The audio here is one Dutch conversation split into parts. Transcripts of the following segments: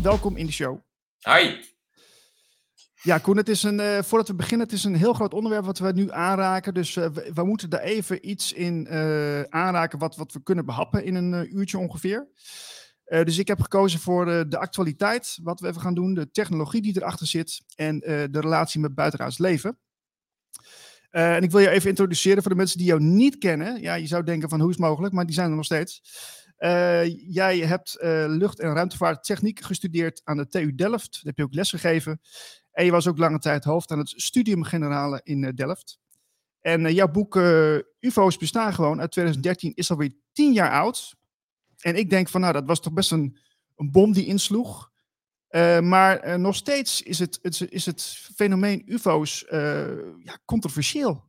Koen, welkom in de show. Hi. Ja, Koen, voordat we beginnen, het is een heel groot onderwerp wat we nu aanraken. Dus we moeten daar even iets in aanraken wat we kunnen behappen in een uurtje ongeveer. Dus ik heb gekozen voor de actualiteit, wat we even gaan doen, de technologie die erachter zit en de relatie met buitenaards leven. En ik wil je even introduceren voor de mensen die jou niet kennen. Ja, je zou denken van hoe is het mogelijk, maar die zijn er nog steeds. Jij hebt lucht- en ruimtevaarttechniek gestudeerd aan de TU Delft. Daar heb je ook les gegeven. En je was ook lange tijd hoofd aan het Studium Generale in Delft. En jouw boek UFO's bestaan gewoon uit 2013 is alweer 10 jaar oud. En ik denk van nou, dat was toch best een bom die insloeg. Maar nog steeds is het fenomeen UFO's controversieel.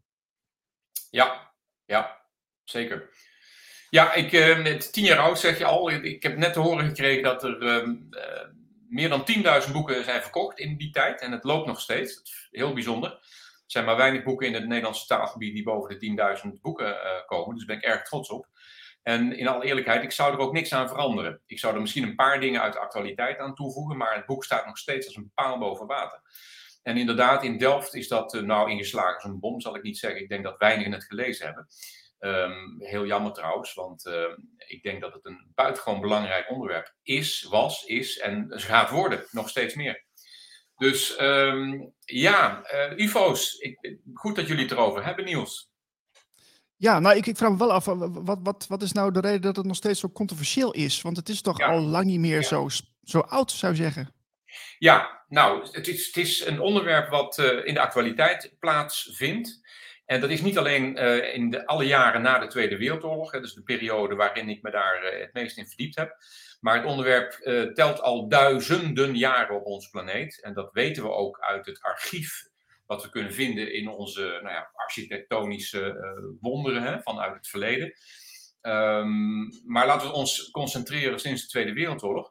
Ja, zeker. Ja, het 10 jaar oud zeg je al. Ik heb net te horen gekregen dat er meer dan 10.000 boeken zijn verkocht in die tijd. En het loopt nog steeds. Dat is heel bijzonder. Er zijn maar weinig boeken in het Nederlandse taalgebied die boven de 10.000 boeken komen. Dus daar ben ik erg trots op. En in alle eerlijkheid, ik zou er ook niks aan veranderen. Ik zou er misschien een paar dingen uit de actualiteit aan toevoegen, maar het boek staat nog steeds als een paal boven water. En inderdaad, in Delft is dat ingeslagen als een bom, zal ik niet zeggen. Ik denk dat weinigen het gelezen hebben. Heel jammer trouwens, want ik denk dat het een buitengewoon belangrijk onderwerp is en gaat worden, nog steeds meer. Dus UFO's. Goed dat jullie het erover hebben, Niels. Ja, nou, ik vraag me wel af, wat is nou de reden dat het nog steeds zo controversieel is? Want het is toch al lang niet meer zo oud, zou je zeggen? Ja, nou, het is een onderwerp wat in de actualiteit plaatsvindt. En dat is niet alleen in alle jaren na de Tweede Wereldoorlog, dus de periode waarin ik me daar het meest in verdiept heb. Maar het onderwerp telt al duizenden jaren op onze planeet. En dat weten we ook uit het archief wat we kunnen vinden in onze architectonische wonderen vanuit het verleden. Maar laten we ons concentreren sinds de Tweede Wereldoorlog.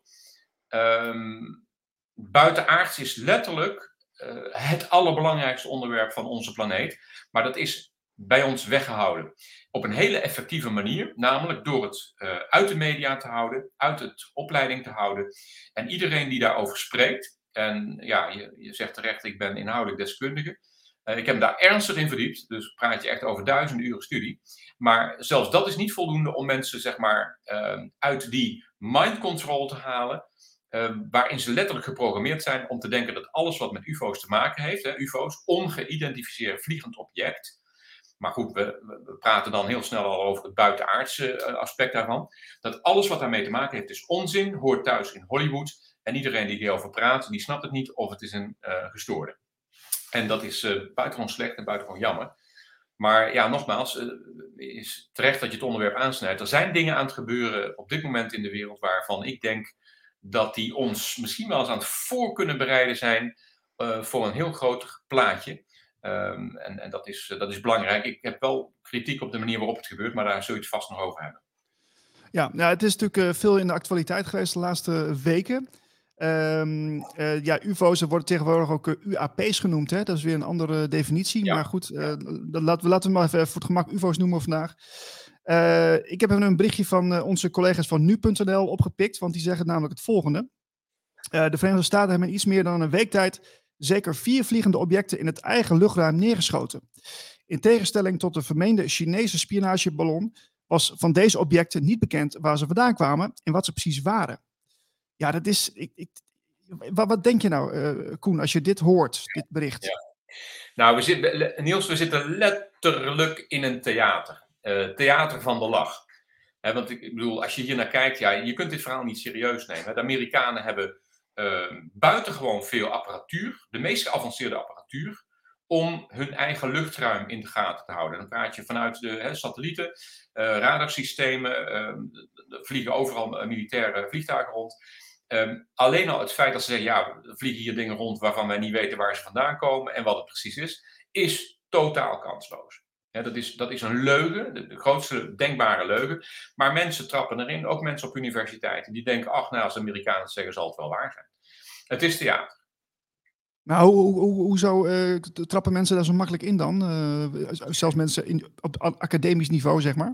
Buitenaards is letterlijk het allerbelangrijkste onderwerp van onze planeet. Maar dat is bij ons weggehouden. Op een hele effectieve manier. Namelijk door het uit de media te houden. Uit het opleiding te houden. En iedereen die daarover spreekt. En ja, je zegt terecht, ik ben inhoudelijk deskundige. Ik heb me daar ernstig in verdiept. Dus praat je echt over duizenden uren studie. Maar zelfs dat is niet voldoende om mensen zeg maar uit die mind control te halen. Waarin ze letterlijk geprogrammeerd zijn om te denken dat alles wat met UFO's te maken heeft, UFO's, ongeïdentificeerd vliegend object. Maar goed, we praten dan heel snel al over het buitenaardse aspect daarvan. Dat alles wat daarmee te maken heeft is onzin, hoort thuis in Hollywood. En iedereen die hierover praat, die snapt het niet of het is een gestoorde. En dat is buitengewoon slecht en buitengewoon jammer. Maar ja, nogmaals, is terecht dat je het onderwerp aansnijdt. Er zijn dingen aan het gebeuren op dit moment in de wereld waarvan ik denk dat die ons misschien wel eens aan het voor kunnen bereiden zijn voor een heel groot plaatje. En dat is belangrijk. Ik heb wel kritiek op de manier waarop het gebeurt, maar daar zul je het vast nog over hebben. Ja, het is natuurlijk veel in de actualiteit geweest de laatste weken. UFO's worden tegenwoordig ook UAP's genoemd. Hè? Dat is weer een andere definitie. Ja. Maar goed, laten we maar even voor het gemak UFO's noemen vandaag. Ik heb even een berichtje van onze collega's van nu.nl opgepikt. Want die zeggen namelijk het volgende. De Verenigde Staten hebben in iets meer dan een week tijd zeker 4 vliegende objecten in het eigen luchtruim neergeschoten. In tegenstelling tot de vermeende Chinese spionageballon was van deze objecten niet bekend waar ze vandaan kwamen en wat ze precies waren. Ja, dat is... Wat denk je nou, Koen, als je dit hoort, dit bericht? Ja. Nou, we zitten letterlijk in een theater. Theater van de lach. Want ik bedoel, als je hier naar kijkt, je kunt dit verhaal niet serieus nemen. De Amerikanen hebben buitengewoon veel apparatuur, de meest geavanceerde apparatuur, om hun eigen luchtruim in de gaten te houden. Dan praat je vanuit de satellieten, radarsystemen, er vliegen overal militaire vliegtuigen rond. Alleen al het feit dat ze zeggen, er vliegen hier dingen rond waarvan wij niet weten waar ze vandaan komen en wat het precies is totaal kansloos. Dat is een leugen, de grootste denkbare leugen. Maar mensen trappen erin, ook mensen op universiteiten. Die denken, als de Amerikanen het zeggen, zal het wel waar zijn. Het is theater. Nou, hoezo trappen mensen daar zo makkelijk in dan? Zelfs mensen op academisch niveau, zeg maar?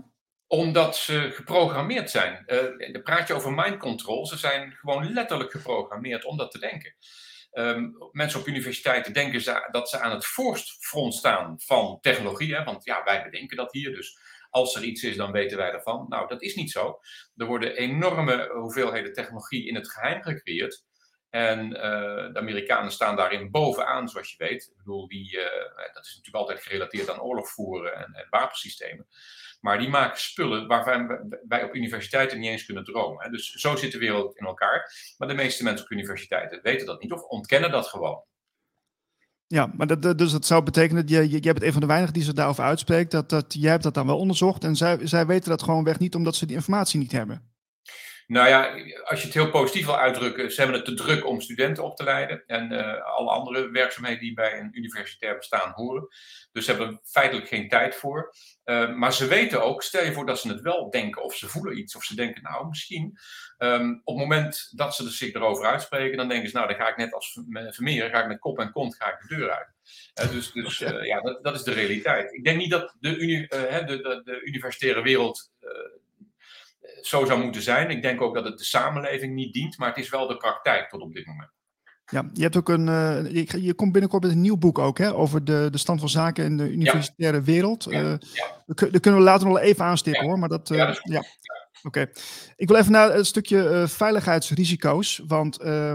Omdat ze geprogrammeerd zijn. Dan praat je over mind control. Ze zijn gewoon letterlijk geprogrammeerd om dat te denken. Mensen op universiteiten denken dat ze aan het voorfront staan van technologie. Hè? Want ja, wij bedenken dat hier. Dus als er iets is, dan weten wij ervan. Nou, dat is niet zo. Er worden enorme hoeveelheden technologie in het geheim gecreëerd. En de Amerikanen staan daarin bovenaan, zoals je weet. Ik bedoel, dat is natuurlijk altijd gerelateerd aan oorlog voeren en wapensystemen. Maar die maken spullen waarvan wij op universiteiten niet eens kunnen dromen. Hè. Dus zo zit de wereld in elkaar. Maar de meeste mensen op universiteiten weten dat niet of ontkennen dat gewoon. Ja, maar dus dat zou betekenen dat jij bent een van de weinigen die zich daarover uitspreekt. Jij hebt dat dan wel onderzocht en zij weten dat gewoon weg niet omdat ze die informatie niet hebben. Nou ja, als je het heel positief wil uitdrukken, ze hebben het te druk om studenten op te leiden en alle andere werkzaamheden die bij een universitair bestaan horen. Dus ze hebben er feitelijk geen tijd voor. Maar ze weten ook, stel je voor dat ze het wel denken of ze voelen iets of ze denken, nou misschien. Op het moment dat ze zich erover uitspreken, dan denken ze, nou dan ga ik net als Vermeer, ga ik met kop en kont ga ik de deur uit. Dus ja, dat is de realiteit. Ik denk niet dat de universitaire wereld zo zou moeten zijn. Ik denk ook dat het de samenleving niet dient, maar het is wel de praktijk tot op dit moment. Ja, je hebt ook je komt binnenkort met een nieuw boek ook, hè, over de stand van zaken in de universitaire wereld. Dat kunnen we later nog even aanstippen, hoor. Maar dat is goed. Oké. Ik wil even naar het stukje veiligheidsrisico's, want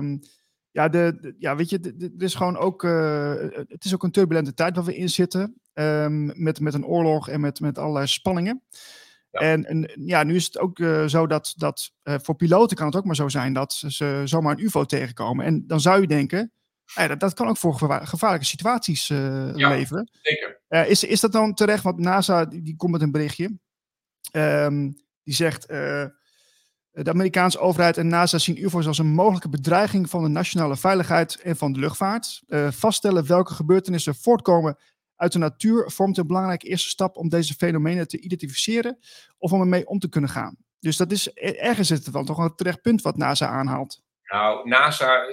weet je, er is gewoon ook, het is ook een turbulente tijd waar we in zitten, met een oorlog en met allerlei spanningen. Ja. En nu is het ook zo dat voor piloten kan het ook maar zo zijn dat ze zomaar een UFO tegenkomen. En dan zou je denken, dat kan ook voor gevaarlijke situaties leveren. Zeker. Is dat dan terecht? Want NASA die komt met een berichtje. Die zegt, de Amerikaanse overheid en NASA zien UFO's als een mogelijke bedreiging van de nationale veiligheid en van de luchtvaart. Vaststellen welke gebeurtenissen voortkomen uit de natuur vormt een belangrijke eerste stap om deze fenomenen te identificeren of om ermee om te kunnen gaan. Dus dat is ergens is het dan toch een terecht punt wat NASA aanhaalt. Nou, NASA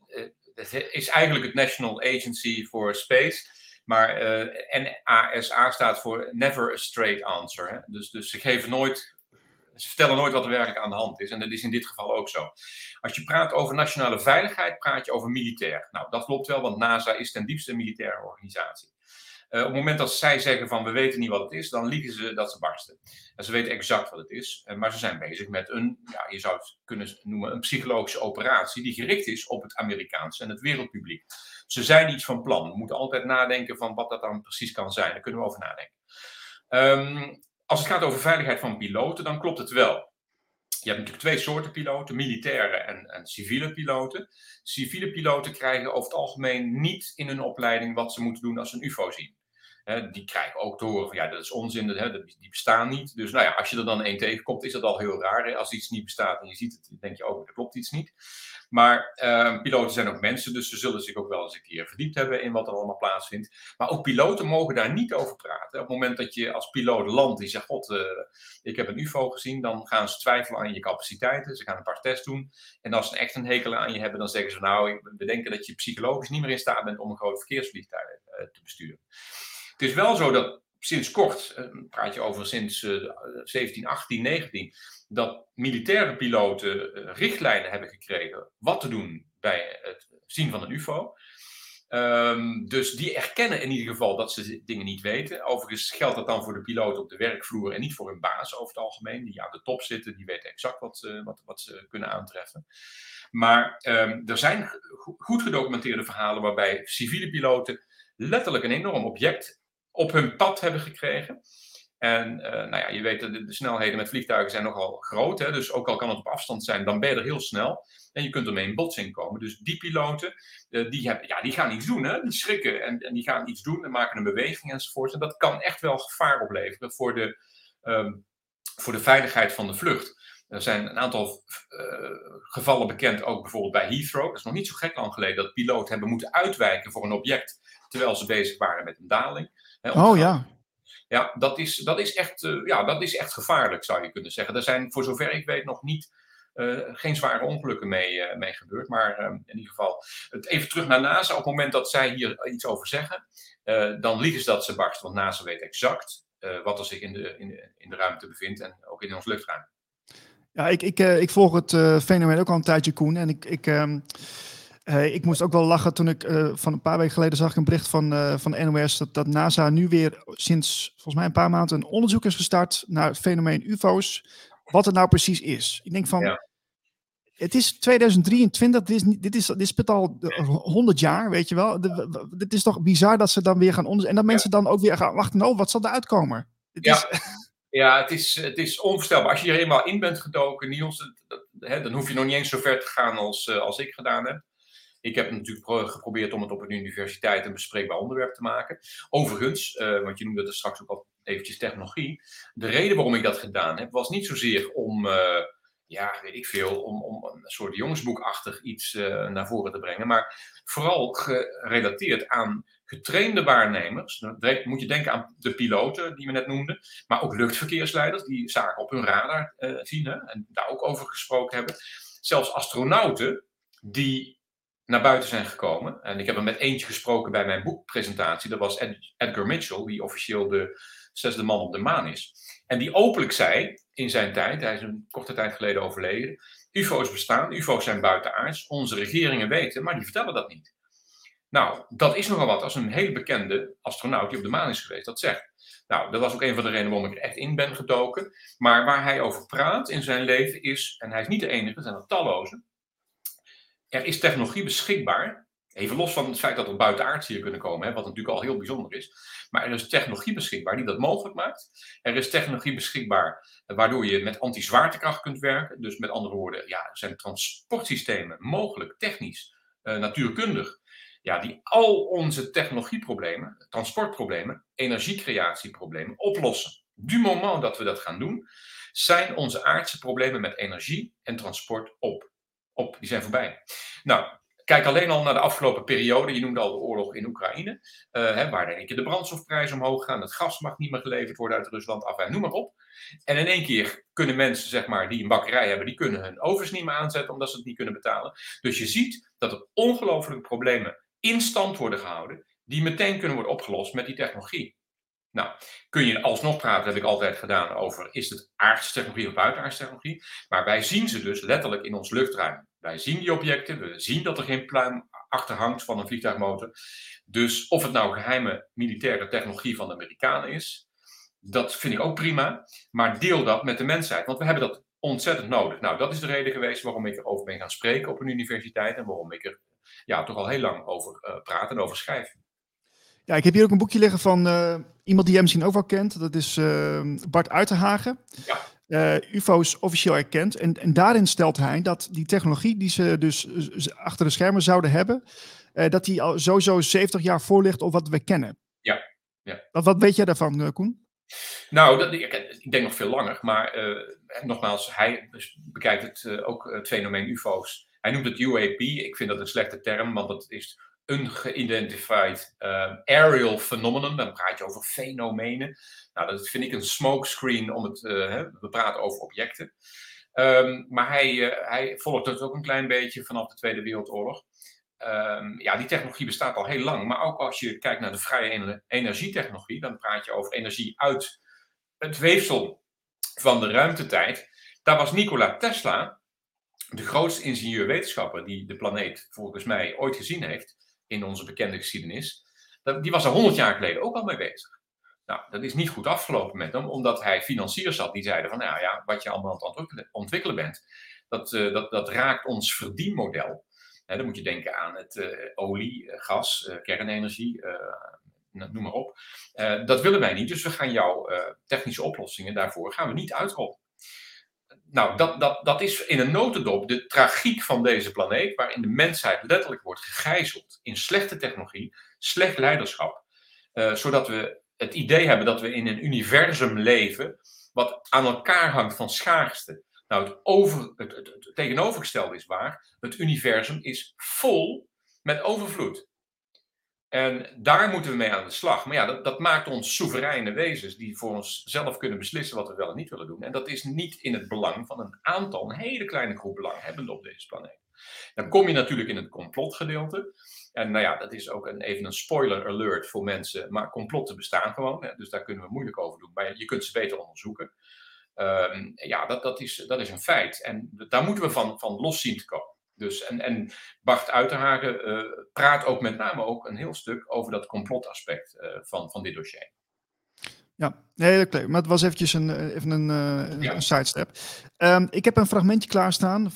is eigenlijk het National Agency for Space, maar NASA staat voor Never a Straight Answer. Hè? Dus ze geven nooit, ze vertellen nooit wat er werkelijk aan de hand is. En dat is in dit geval ook zo. Als je praat over nationale veiligheid, praat je over militair. Nou, dat klopt wel, want NASA is ten diepste een militaire organisatie. Op het moment dat zij zeggen van we weten niet wat het is, dan liegen ze dat ze barsten. En ze weten exact wat het is, maar ze zijn bezig met je zou het kunnen noemen, een psychologische operatie die gericht is op het Amerikaanse en het wereldpubliek. Ze zijn iets van plan. We moeten altijd nadenken van wat dat dan precies kan zijn. Daar kunnen we over nadenken. Als het gaat over veiligheid van piloten, dan klopt het wel. Je hebt natuurlijk twee soorten piloten, militaire en civiele piloten. Civiele piloten krijgen over het algemeen niet in hun opleiding wat ze moeten doen als ze een UFO zien. Die krijgen ook te horen van dat is onzin, die bestaan niet. Dus nou ja, als je er dan één tegenkomt, is dat al heel raar. Hè? Als iets niet bestaat en je ziet het, dan denk je ook, er klopt iets niet. Maar piloten zijn ook mensen, dus ze zullen zich ook wel eens een keer verdiept hebben in wat er allemaal plaatsvindt. Maar ook piloten mogen daar niet over praten. Op het moment dat je als piloot landt, die zegt, god, ik heb een UFO gezien, dan gaan ze twijfelen aan je capaciteiten. Ze gaan een paar tests doen. En als ze echt een hekel aan je hebben, dan zeggen ze, nou, we denken dat je psychologisch niet meer in staat bent om een groot verkeersvliegtuig te besturen. Het is wel zo dat sinds kort, praat je over sinds 17, 18, 19, dat militaire piloten richtlijnen hebben gekregen wat te doen bij het zien van een UFO. Dus die erkennen in ieder geval dat ze dingen niet weten. Overigens geldt dat dan voor de piloten op de werkvloer en niet voor hun baas over het algemeen. Die aan de top zitten, die weten exact wat ze kunnen aantreffen. Maar er zijn goed gedocumenteerde verhalen waarbij civiele piloten letterlijk een enorm object op hun pad hebben gekregen. En je weet dat de snelheden met vliegtuigen zijn nogal groot. Hè? Dus ook al kan het op afstand zijn, dan ben je er heel snel. En je kunt ermee in botsing komen. Dus die piloten, die gaan iets doen. Hè? Die schrikken en die gaan iets doen en maken een beweging enzovoort. En dat kan echt wel gevaar opleveren voor de veiligheid van de vlucht. Er zijn een aantal gevallen bekend, ook bijvoorbeeld bij Heathrow. Dat is nog niet zo gek lang geleden dat piloten hebben moeten uitwijken voor een object terwijl ze bezig waren met een daling. Ja, dat is echt gevaarlijk, zou je kunnen zeggen. Er zijn, voor zover ik weet, nog geen zware ongelukken mee gebeurd. Maar in ieder geval, even terug naar NASA. Op het moment dat zij hier iets over zeggen, dan liegen ze dat ze barsten. Want NASA weet exact wat er zich in de ruimte bevindt en ook in ons luchtruim. Ja, ik volg het fenomeen ook al een tijdje, Koen. En ik moest ook wel lachen toen ik van een paar weken geleden zag ik een bericht van de NOS dat NASA nu weer sinds volgens mij een paar maanden een onderzoek is gestart naar het fenomeen UFO's. Wat het nou precies is. Ik denk van, Ja. het is 2023, dit speelt al 100 jaar, weet je wel. Dit is toch bizar dat ze dan weer gaan onderzoeken. En dat mensen dan ook weer gaan wachten, oh, wat zal er uitkomen? Ja, het is onvoorstelbaar. Als je er eenmaal in bent gedoken, Niels, dan hoef je nog niet eens zo ver te gaan als ik gedaan heb. Ik heb natuurlijk geprobeerd om het op een universiteit een bespreekbaar onderwerp te maken. Overigens, want je noemde het straks ook al eventjes technologie. De reden waarom ik dat gedaan heb, was niet zozeer om, weet ik veel, om een soort jongensboekachtig iets naar voren te brengen. Maar vooral gerelateerd aan getrainde waarnemers. Dan moet je denken aan de piloten die we net noemden. Maar ook luchtverkeersleiders die zaken op hun radar zien en daar ook over gesproken hebben. Zelfs astronauten die naar buiten zijn gekomen. En ik heb er met eentje gesproken bij mijn boekpresentatie. Dat was Edgar Mitchell, die officieel de 6e man op de maan is. En die openlijk zei in zijn tijd, hij is een korte tijd geleden overleden, UFO's bestaan, UFO's zijn buitenaards, onze regeringen weten, maar die vertellen dat niet. Nou, dat is nogal wat als een hele bekende astronaut die op de maan is geweest dat zegt. Nou, dat was ook een van de redenen waarom ik er echt in ben gedoken. Maar waar hij over praat in zijn leven is, en hij is niet de enige, er zijn er talloze. Er is technologie beschikbaar, even los van het feit dat er buitenaards hier kunnen komen, wat natuurlijk al heel bijzonder is. Maar er is technologie beschikbaar die dat mogelijk maakt. Er is technologie beschikbaar waardoor je met anti-zwaartekracht kunt werken. Dus met andere woorden, er zijn transportsystemen mogelijk, technisch, natuurkundig. Ja, die al onze technologieproblemen, transportproblemen, energiecreatieproblemen oplossen. Du moment dat we dat gaan doen, zijn onze aardse problemen met energie en transport die zijn voorbij. Nou, kijk alleen al naar de afgelopen periode. Je noemde al de oorlog in Oekraïne. Waar denk je de brandstofprijzen omhoog gaan. Het gas mag niet meer geleverd worden uit Rusland af en noem maar op. En in één keer kunnen mensen, zeg maar, die een bakkerij hebben, die kunnen hun ovens niet meer aanzetten omdat ze het niet kunnen betalen. Dus je ziet dat er ongelooflijke problemen in stand worden gehouden die meteen kunnen worden opgelost met die technologie. Nou, kun je alsnog praten, dat heb ik altijd gedaan, over is het aardse technologie of buitenaardse technologie. Maar wij zien ze dus letterlijk in ons luchtruim. Wij zien die objecten, we zien dat er geen pluim achter hangt van een vliegtuigmotor. Dus of het nou geheime militaire technologie van de Amerikanen is, dat vind ik ook prima. Maar deel dat met de mensheid, want we hebben dat ontzettend nodig. Nou, dat is de reden geweest waarom ik erover ben gaan spreken op een universiteit en waarom ik er toch al heel lang over praat en over schrijf. Ja, ik heb hier ook een boekje liggen van iemand die jij misschien ook wel kent. Dat is Bart Uitenhagen. Ja. UFO's officieel erkend. En daarin stelt hij dat die technologie die ze dus achter de schermen zouden hebben, dat die al sowieso 70 jaar voor ligt op wat we kennen. Ja. Wat weet jij daarvan, Koen? Nou, ik denk nog veel langer. Maar nogmaals, hij bekijkt het fenomeen UFO's. Hij noemt het UAP. Ik vind dat een slechte term, want dat is ungeidentified aerial phenomenon. Dan praat je over fenomenen. Nou, dat vind ik een smokescreen om het... we praten over objecten. Maar hij volgt het ook een klein beetje vanaf de Tweede Wereldoorlog. Die technologie bestaat al heel lang. Maar ook als je kijkt naar de vrije energietechnologie, dan praat je over energie uit het weefsel van de ruimtetijd. Daar was Nikola Tesla de grootste ingenieur-wetenschapper die de planeet volgens mij ooit gezien heeft in onze bekende geschiedenis. Die was er 100 jaar geleden ook al mee bezig. Nou, dat is niet goed afgelopen met hem, omdat hij financiers had die zeiden van, wat je allemaal aan het ontwikkelen bent, dat raakt ons verdienmodel. Dan moet je denken aan het olie, gas, kernenergie, noem maar op. Dat willen wij niet, dus we gaan jouw technische oplossingen daarvoor gaan we niet uitrollen. Nou, dat is in een notendop de tragiek van deze planeet, waarin de mensheid letterlijk wordt gegijzeld in slechte technologie, slecht leiderschap, zodat we het idee hebben dat we in een universum leven wat aan elkaar hangt van schaarste. Nou, het tegenovergestelde is waar. Het universum is vol met overvloed. En daar moeten we mee aan de slag. Maar dat maakt ons soevereine wezens die voor onszelf kunnen beslissen wat we wel en niet willen doen. En dat is niet in het belang van een hele kleine groep belanghebbenden op deze planeet. Dan kom je natuurlijk in het complotgedeelte. En nou ja, dat is ook even een spoiler alert voor mensen. Maar complotten bestaan gewoon. Hè, dus daar kunnen we moeilijk over doen. Maar je kunt ze beter onderzoeken. Ja, dat is een feit. En daar moeten we van los zien te komen. Dus, en Bart Uiterhagen praat ook met name ook een heel stuk over dat complotaspect van dit dossier. Ja, nee, dat klopt. Maar het was eventjes een sidestep. Ik heb een fragmentje klaarstaan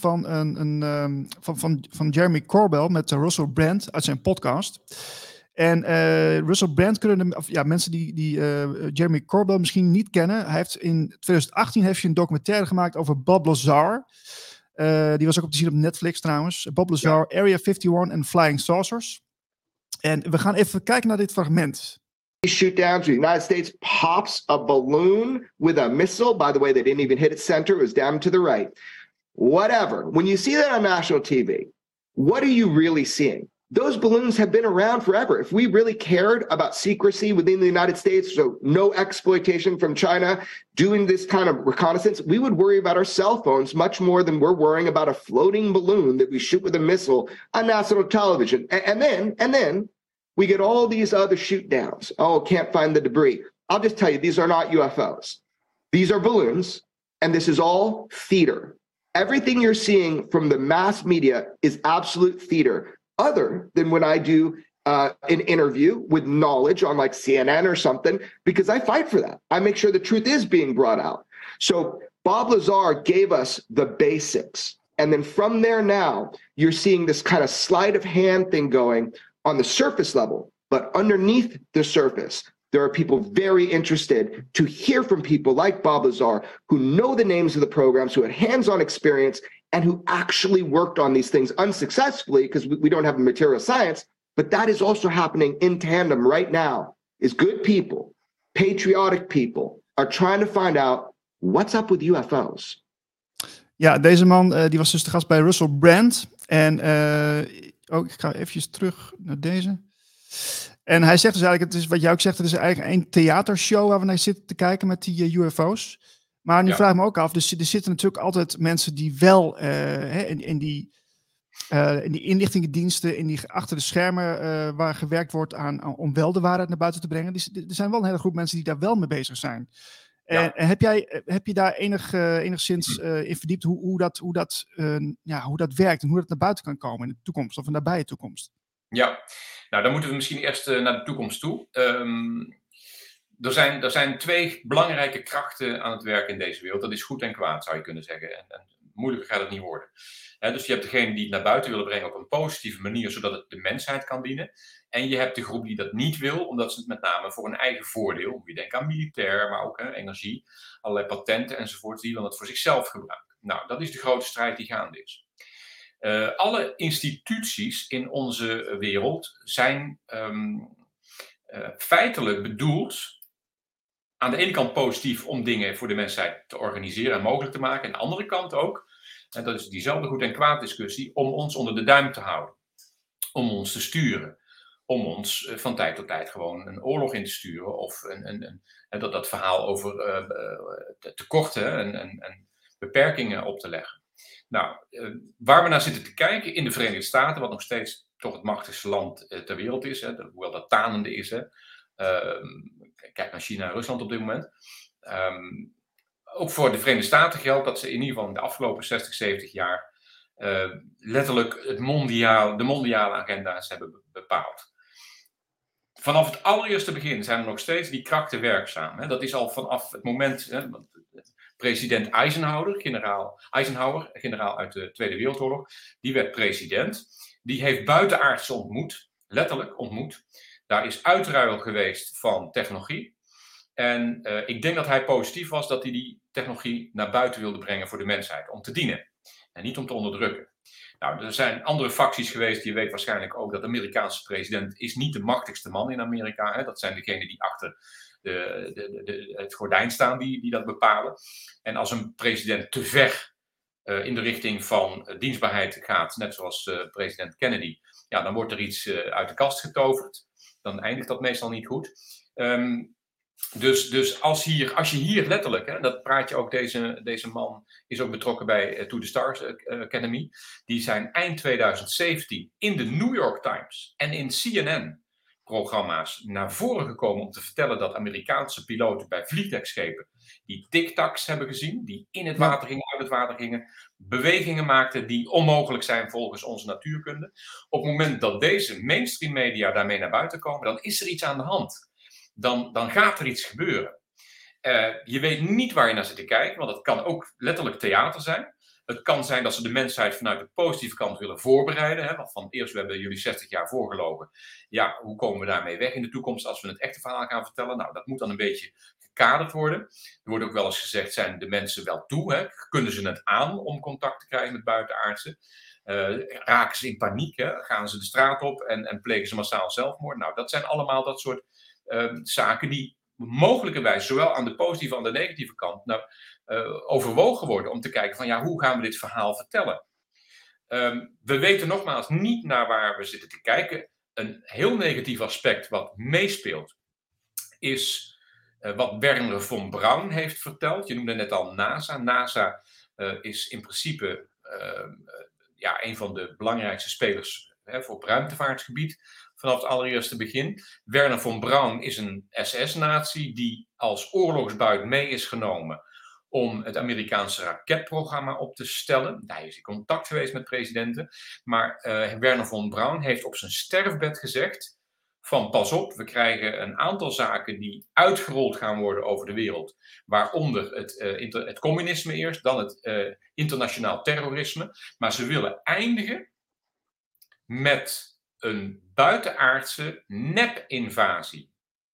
van Jeremy Corbell met Russell Brand uit zijn podcast. En Russell Brand mensen die Jeremy Corbell misschien niet kennen. Hij heeft in 2018 een documentaire gemaakt over Bob Lazar. Die was ook te zien op Netflix trouwens. Bob Lazar, ja. Area 51 en Flying Saucers. En we gaan even kijken naar dit fragment. Shoot downs. The United States pops a balloon with a missile. By the way, they didn't even hit its center. It was down to the right. Whatever. When you see that on national TV, what are you really seeing? Those balloons have been around forever. If we really cared about secrecy within the United States, so no exploitation from China doing this kind of reconnaissance, we would worry about our cell phones much more than we're worrying about a floating balloon that we shoot with a missile on national television. And then we get all these other shoot downs. Oh, can't find the debris. I'll just tell you, these are not UFOs. These are balloons, and this is all theater. Everything you're seeing from the mass media is absolute theater, other than when I do an interview with knowledge on like CNN or something, because I fight for that. I make sure the truth is being brought out. So Bob Lazar gave us the basics. And then from there now, you're seeing this kind of sleight of hand thing going on the surface level, but underneath the surface, there are people very interested to hear from people like Bob Lazar, who know the names of the programs, who had hands-on experience, and who actually worked on these things unsuccessfully because we don't have the material science. But that is also happening in tandem right now, is good people, patriotic people, are trying to find out what's up with UFOs. Ja, deze man die was dus de gast bij Russell Brand. En ik ga even terug naar deze. En hij zegt dus eigenlijk, het is wat jij ook zegt, het is eigenlijk een theatershow waar we naar zitten te kijken met die UFO's. Maar nu vraag ik me ook af, dus er zitten natuurlijk altijd mensen die wel in die inlichtingendiensten, achter de schermen waar gewerkt wordt om wel de waarheid naar buiten te brengen. Dus er zijn wel een hele groep mensen die daar wel mee bezig zijn. Ja. Heb je daar enigszins in verdiept hoe dat werkt en hoe dat naar buiten kan komen in de toekomst of in de nabije toekomst? Ja, nou dan moeten we misschien eerst naar de toekomst toe. Er zijn twee belangrijke krachten aan het werk in deze wereld. Dat is goed en kwaad, zou je kunnen zeggen. En moeilijker gaat het niet worden. Dus je hebt degene die het naar buiten willen brengen op een positieve manier, zodat het de mensheid kan dienen. En je hebt de groep die dat niet wil, omdat ze het met name voor hun eigen voordeel, je denkt aan militair, maar ook energie, allerlei patenten enzovoort, die willen het voor zichzelf gebruiken. Nou, dat is de grote strijd die gaande is. Alle instituties in onze wereld zijn feitelijk bedoeld, aan de ene kant positief om dingen voor de mensheid te organiseren en mogelijk te maken, en aan de andere kant ook, en dat is diezelfde goed en kwaad discussie, om ons onder de duim te houden, om ons te sturen, om ons van tijd tot tijd gewoon een oorlog in te sturen of dat verhaal over tekorten en beperkingen op te leggen. Nou, waar we naar zitten te kijken in de Verenigde Staten, wat nog steeds toch het machtigste land ter wereld is, hoewel dat tanende is. Kijk naar China en Rusland op dit moment. Ook voor de Verenigde Staten geldt dat ze in ieder geval in de afgelopen 60, 70 jaar letterlijk de mondiale agenda's hebben bepaald. Vanaf het allereerste begin zijn er nog steeds die krachten werkzaam. Dat is al vanaf het moment, president Eisenhower, generaal uit de Tweede Wereldoorlog, die werd president. Die heeft buitenaardse ontmoet, letterlijk ontmoet. Daar is uitruil geweest van technologie. En ik denk dat hij positief was dat hij die technologie naar buiten wilde brengen voor de mensheid, om te dienen en niet om te onderdrukken. Nou, er zijn andere facties geweest. Je weet waarschijnlijk ook dat de Amerikaanse president is niet de machtigste man in Amerika. Dat zijn degenen die achter het gordijn staan die dat bepalen. En als een president te ver in de richting van dienstbaarheid gaat, net zoals president Kennedy, dan wordt er iets uit de kast getoverd. Dan eindigt dat meestal niet goed. Dus als je hier letterlijk, hè, dat praat je ook, deze man is ook betrokken bij To The Stars Academy. Die zijn eind 2017 in de New York Times en in CNN-programma's naar voren gekomen om te vertellen dat Amerikaanse piloten bij vliegdekschepen die tic-tacs hebben gezien, die in het water gingen, uit het water gingen, bewegingen maakten die onmogelijk zijn volgens onze natuurkunde. Op het moment dat deze mainstream media daarmee naar buiten komen, dan is er iets aan de hand. Dan gaat er iets gebeuren. Je weet niet waar je naar zit te kijken, want het kan ook letterlijk theater zijn. Het kan zijn dat ze de mensheid vanuit de positieve kant willen voorbereiden. Hè? Want van eerst, we hebben jullie 60 jaar voorgelogen. Ja, hoe komen we daarmee weg in de toekomst als we het echte verhaal gaan vertellen? Nou, dat moet dan een beetje gekaderd worden. Er wordt ook wel eens gezegd, zijn de mensen wel toe? Hè? Kunnen ze het aan om contact te krijgen met buitenaardsen? Raken ze in paniek? Hè? Gaan ze de straat op en plegen ze massaal zelfmoord? Nou, dat zijn allemaal dat soort zaken die mogelijkerwijs zowel aan de positieve als aan de negatieve kant overwogen worden om te kijken van hoe gaan we dit verhaal vertellen. We weten nogmaals niet naar waar we zitten te kijken. Een heel negatief aspect wat meespeelt is wat Wernher von Braun heeft verteld. Je noemde net al NASA. NASA is in principe een van de belangrijkste spelers voor het ruimtevaartgebied vanaf het allereerste begin. Wernher von Braun is een SS-nazi die als oorlogsbuit mee is genomen om het Amerikaanse raketprogramma op te stellen. Hij is in contact geweest met presidenten. Maar Wernher von Braun heeft op zijn sterfbed gezegd van pas op, we krijgen een aantal zaken die uitgerold gaan worden over de wereld. Waaronder het communisme eerst, dan het internationaal terrorisme. Maar ze willen eindigen met een buitenaardse nep-invasie.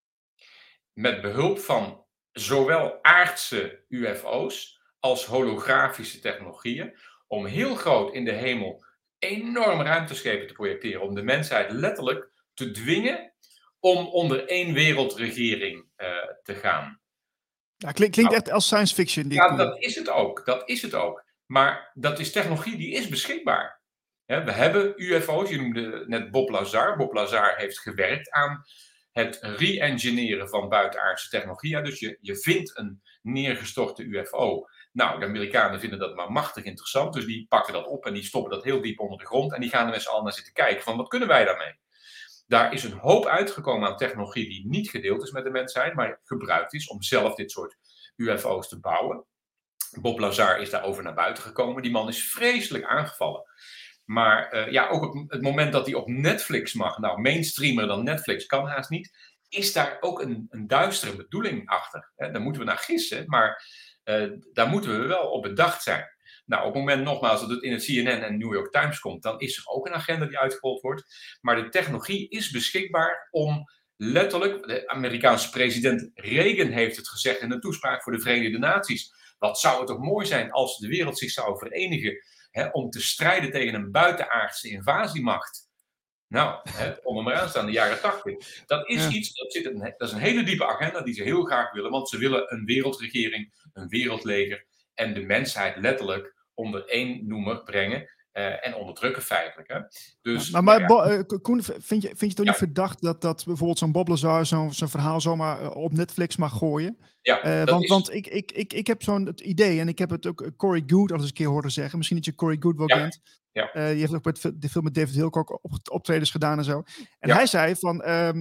Met behulp van zowel aardse UFO's als holografische technologieën. Om heel groot in de hemel enorme ruimteschepen te projecteren. Om de mensheid letterlijk te dwingen om onder één wereldregering te gaan. Ja, klinkt echt als science fiction. Dat is het ook. Maar dat is technologie die is beschikbaar. We hebben UFO's, je noemde net Bob Lazar. Bob Lazar heeft gewerkt aan het re-engineeren van buitenaardse technologie. Dus je vindt een neergestorte UFO. Nou, de Amerikanen vinden dat maar machtig interessant. Dus die pakken dat op en die stoppen dat heel diep onder de grond. En die gaan er met z'n allen naar zitten kijken van wat kunnen wij daarmee? Daar is een hoop uitgekomen aan technologie die niet gedeeld is met de mensheid. Maar gebruikt is om zelf dit soort UFO's te bouwen. Bob Lazar is daarover naar buiten gekomen. Die man is vreselijk aangevallen. Maar ook op het moment dat hij op Netflix mag, nou mainstreamer dan Netflix kan haast niet, is daar ook een duistere bedoeling achter. Daar moeten we naar gissen, maar daar moeten we wel op bedacht zijn. Nou, op het moment nogmaals dat het in het CNN en New York Times komt, dan is er ook een agenda die uitgerold wordt. Maar de technologie is beschikbaar om letterlijk, de Amerikaanse president Reagan heeft het gezegd in een toespraak voor de Verenigde Naties. Wat zou het toch mooi zijn als de wereld zich zou verenigen om te strijden tegen een buitenaardse invasiemacht. Nou, om hem eraan staan, de jaren 80. Dat is iets, dat is een hele diepe agenda die ze heel graag willen, want ze willen een wereldregering, een wereldleger en de mensheid letterlijk onder één noemer brengen en onderdrukken feitelijk. Hè. Dus, Koen, vind je het toch niet verdacht dat bijvoorbeeld zo'n Bob Lazar zo'n verhaal zomaar op Netflix mag gooien? Ja, want ik heb het idee, en ik heb het ook Corey Goode al eens een keer horen zeggen. Misschien dat je Corey Goode wel kent. Ja. Die heeft ook de film met David Hilcock optredens gedaan en zo. En hij zei van,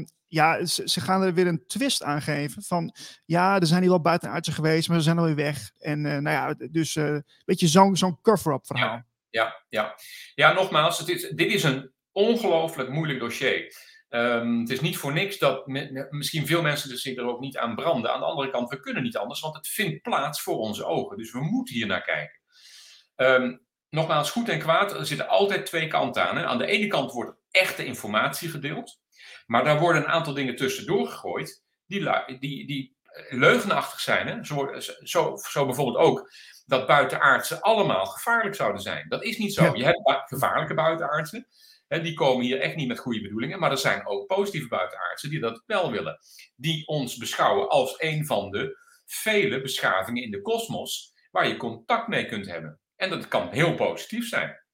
ze gaan er weer een twist aan geven. Van, er zijn hier wel buitenaardsen geweest, maar ze zijn alweer weg. En dus een beetje zo'n cover-up verhaal. Ja, nogmaals, dit is een ongelooflijk moeilijk dossier. Het is niet voor niks dat misschien veel mensen zich er ook niet aan branden. Aan de andere kant, we kunnen niet anders, want het vindt plaats voor onze ogen. Dus we moeten hier naar kijken. Nogmaals, goed en kwaad, er zitten altijd twee kanten aan. Hè. Aan de ene kant wordt echte informatie gedeeld. Maar daar worden een aantal dingen tussendoor gegooid die leugenachtig zijn. Hè. Zo bijvoorbeeld ook dat buitenaardsen allemaal gevaarlijk zouden zijn. Dat is niet zo. Ja. Je hebt gevaarlijke buitenaardsen. Die komen hier echt niet met goede bedoelingen. Maar er zijn ook positieve buitenaardsen die dat wel willen. Die ons beschouwen als een van de vele beschavingen in de kosmos waar je contact mee kunt hebben. En dat kan heel positief zijn.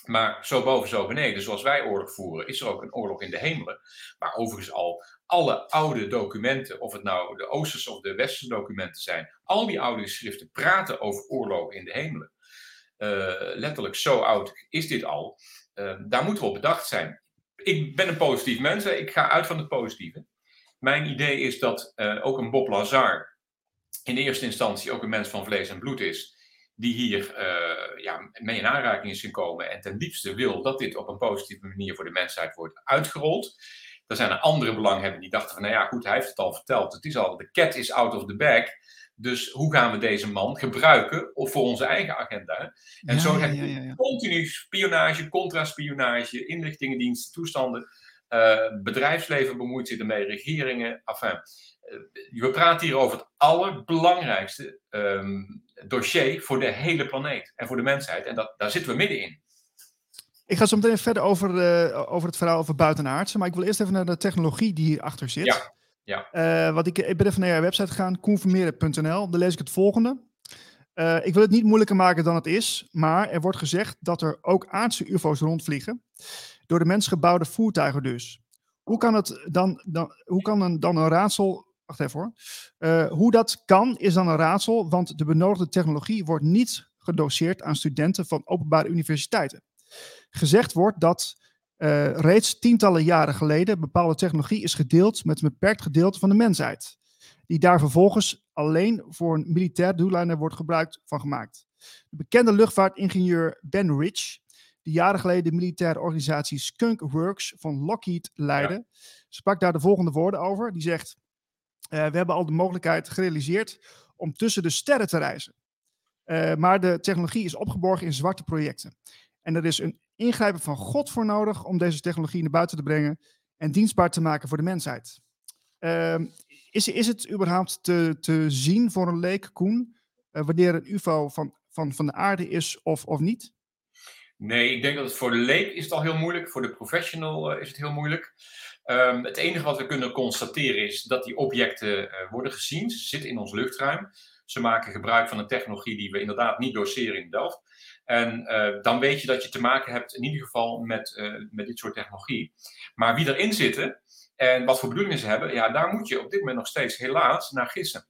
Maar zo boven, zo beneden, zoals wij oorlog voeren, is er ook een oorlog in de hemelen. Waar overigens al alle oude documenten, of het nou de Oosterse of de Westerse documenten zijn, al die oude schriften praten over oorlogen in de hemelen. Letterlijk zo oud is dit al. Daar moeten we op bedacht zijn. Ik ben een positief mens, ik ga uit van het positieve. Mijn idee is dat ook een Bob Lazar in eerste instantie ook een mens van vlees en bloed is, die hier mee in aanraking is gekomen en ten liefste wil dat dit op een positieve manier voor de mensheid wordt uitgerold. Er zijn er andere belanghebbenden die dachten van, nou ja, goed, hij heeft het al verteld. Het is al, de cat is out of the bag. Dus hoe gaan we deze man gebruiken voor onze eigen agenda? En zo heb je continu spionage, contra-spionage, inlichtingendiensten, toestanden. Bedrijfsleven bemoeit zich ermee, regeringen. Enfin, we praten hier over het allerbelangrijkste dossier voor de hele planeet en voor de mensheid. En daar zitten we middenin. Ik ga zo meteen verder over het verhaal over buitenaardse. Maar ik wil eerst even naar de technologie die hierachter zit. Ja. Want ik ben even naar jouw website gegaan, conformeren.nl. Daar lees ik het volgende. Ik wil het niet moeilijker maken dan het is. Maar er wordt gezegd dat er ook aardse ufo's rondvliegen. Door de mens gebouwde voertuigen dus. Hoe kan dan een raadsel... Wacht even hoor. Hoe dat kan is dan een raadsel. Want de benodigde technologie wordt niet gedoseerd aan studenten van openbare universiteiten. Gezegd wordt dat reeds tientallen jaren geleden bepaalde technologie is gedeeld met een beperkt gedeelte van de mensheid. Die daar vervolgens alleen voor een militair doeleinde wordt gemaakt. De bekende luchtvaartingenieur Ben Rich, die jaren geleden de militaire organisatie Skunk Works van Lockheed leidde, sprak daar de volgende woorden over. Die zegt, we hebben al de mogelijkheid gerealiseerd om tussen de sterren te reizen. Maar de technologie is opgeborgen in zwarte projecten. En er is een ingrijpen van God voor nodig om deze technologie naar buiten te brengen en dienstbaar te maken voor de mensheid. Is het überhaupt te zien voor een leek, Koen, wanneer een UFO van de aarde is of niet? Nee, ik denk dat het voor de leek is het al heel moeilijk. Voor de professional is het heel moeilijk. Het enige wat we kunnen constateren is dat die objecten worden gezien. Ze zitten in ons luchtruim. Ze maken gebruik van een technologie die we inderdaad niet doseren in Delft. En dan weet je dat je te maken hebt in ieder geval met dit soort technologie. Maar wie erin zitten en wat voor bedoelingen ze hebben, ja, daar moet je op dit moment nog steeds helaas naar gissen.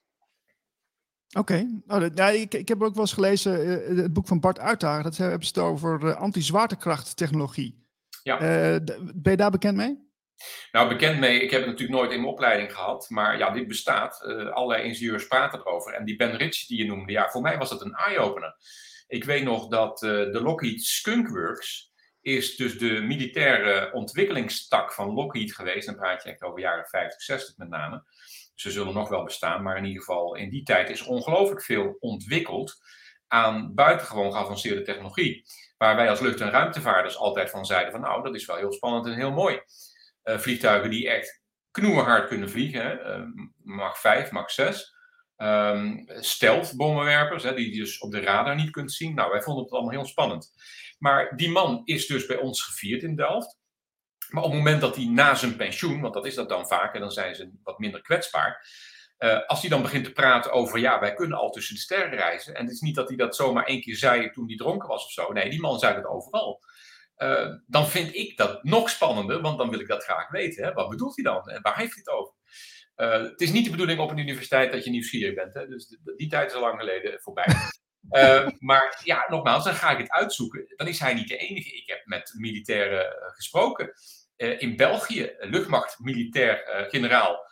Oké. Ik heb ook wel eens gelezen het boek van Bart Uitdager. Dat hebben ze het over anti-zwaartekrachttechnologie. Ja. Ben je daar bekend mee? Nou, bekend mee, ik heb het natuurlijk nooit in mijn opleiding gehad, maar ja, dit bestaat. Allerlei ingenieurs praten erover. En die Ben Rich die je noemde, ja, voor mij was dat een eye-opener. Ik weet nog dat de Lockheed Skunk Works is dus de militaire ontwikkelingstak van Lockheed geweest. Dan praat je echt over jaren 50, 60 met name. Ze zullen nog wel bestaan, maar in ieder geval in die tijd is ongelooflijk veel ontwikkeld aan buitengewoon geavanceerde technologie. Waar wij als lucht- en ruimtevaarders altijd van zeiden van nou, dat is wel heel spannend en heel mooi. Vliegtuigen die echt knoerhard kunnen vliegen, Mach 5, Mach 6. Stealth bommenwerpers, die je dus op de radar niet kunt zien. Nou, wij vonden het allemaal heel spannend. Maar die man is dus bij ons gevierd in Delft. Maar op het moment dat hij na zijn pensioen, want dat is dat dan vaak, en dan zijn ze wat minder kwetsbaar. Als hij dan begint te praten over, ja, wij kunnen al tussen de sterren reizen. En het is niet dat hij dat zomaar 1 keer zei toen hij dronken was of zo. Nee, die man zei het overal. Dan vind ik dat nog spannender, want dan wil ik dat graag weten. Hè? Wat bedoelt hij dan? En waar heeft hij het over? Het is niet de bedoeling op een universiteit dat je nieuwsgierig bent. Hè? Dus die tijd is al lang geleden voorbij. Maar ja, nogmaals, dan ga ik het uitzoeken. Dan is hij niet de enige. Ik heb met militairen gesproken. In België, luchtmacht militair generaal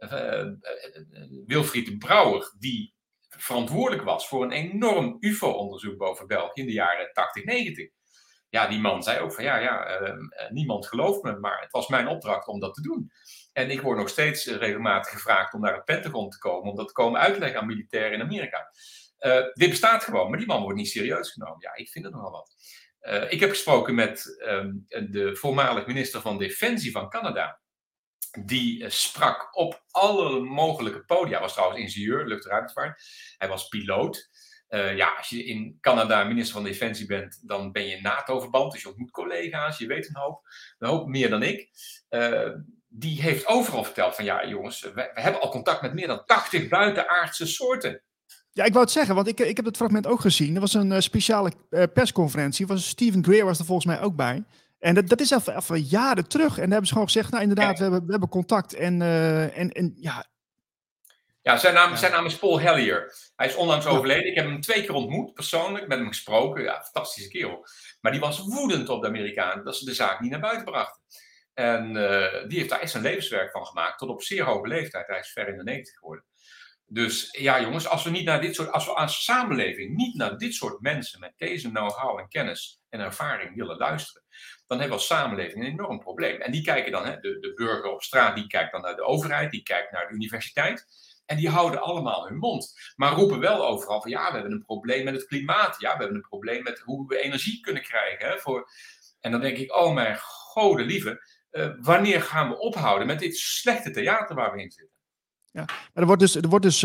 Wilfried de Brouwer, die verantwoordelijk was voor een enorm UFO-onderzoek boven België in de jaren 80, 90. Ja, die man zei ook van niemand gelooft me, maar het was mijn opdracht om dat te doen. En ik word nog steeds regelmatig gevraagd om naar het Pentagon te komen, om dat te komen uitleggen aan militairen in Amerika. Dit bestaat gewoon, maar die man wordt niet serieus genomen. Ja, ik vind het nogal wat. Ik heb gesproken met de voormalig minister van Defensie van Canada. Die sprak op alle mogelijke podia. Hij was trouwens ingenieur, luchtruimtevaart. Hij was piloot. Als je in Canada minister van Defensie bent, dan ben je NATO-verband. Dus je ontmoet collega's, je weet een hoop meer dan ik. Die heeft overal verteld van ja jongens, we hebben al contact met meer dan 80 buitenaardse soorten. Ja, ik wou het zeggen, want ik heb het fragment ook gezien. Er was een speciale persconferentie. Stephen Greer was er volgens mij ook bij. En dat is even jaren terug. En daar hebben ze gewoon gezegd, nou inderdaad, Ja. we hebben contact. En ja. Ja, zijn naam is Paul Hellyer. Hij is onlangs overleden. Ik heb hem 2 keer ontmoet, persoonlijk, met hem gesproken. Ja, fantastische kerel. Maar die was woedend op de Amerikanen dat ze de zaak niet naar buiten brachten. En die heeft daar echt zijn levenswerk van gemaakt, tot op zeer hoge leeftijd. Hij is ver in de 90 geworden. Dus ja, jongens, als we als samenleving niet naar dit soort mensen met deze know-how en kennis en ervaring willen luisteren, dan hebben we als samenleving een enorm probleem. En die kijken dan, de burger op straat, die kijkt dan naar de overheid, die kijkt naar de universiteit. En die houden allemaal hun mond. Maar roepen wel overal van ja, we hebben een probleem met het klimaat. Ja, we hebben een probleem met hoe we energie kunnen krijgen. En dan denk ik, oh mijn gode lieve, wanneer gaan we ophouden met dit slechte theater waar we in zitten? Ja, maar er wordt dus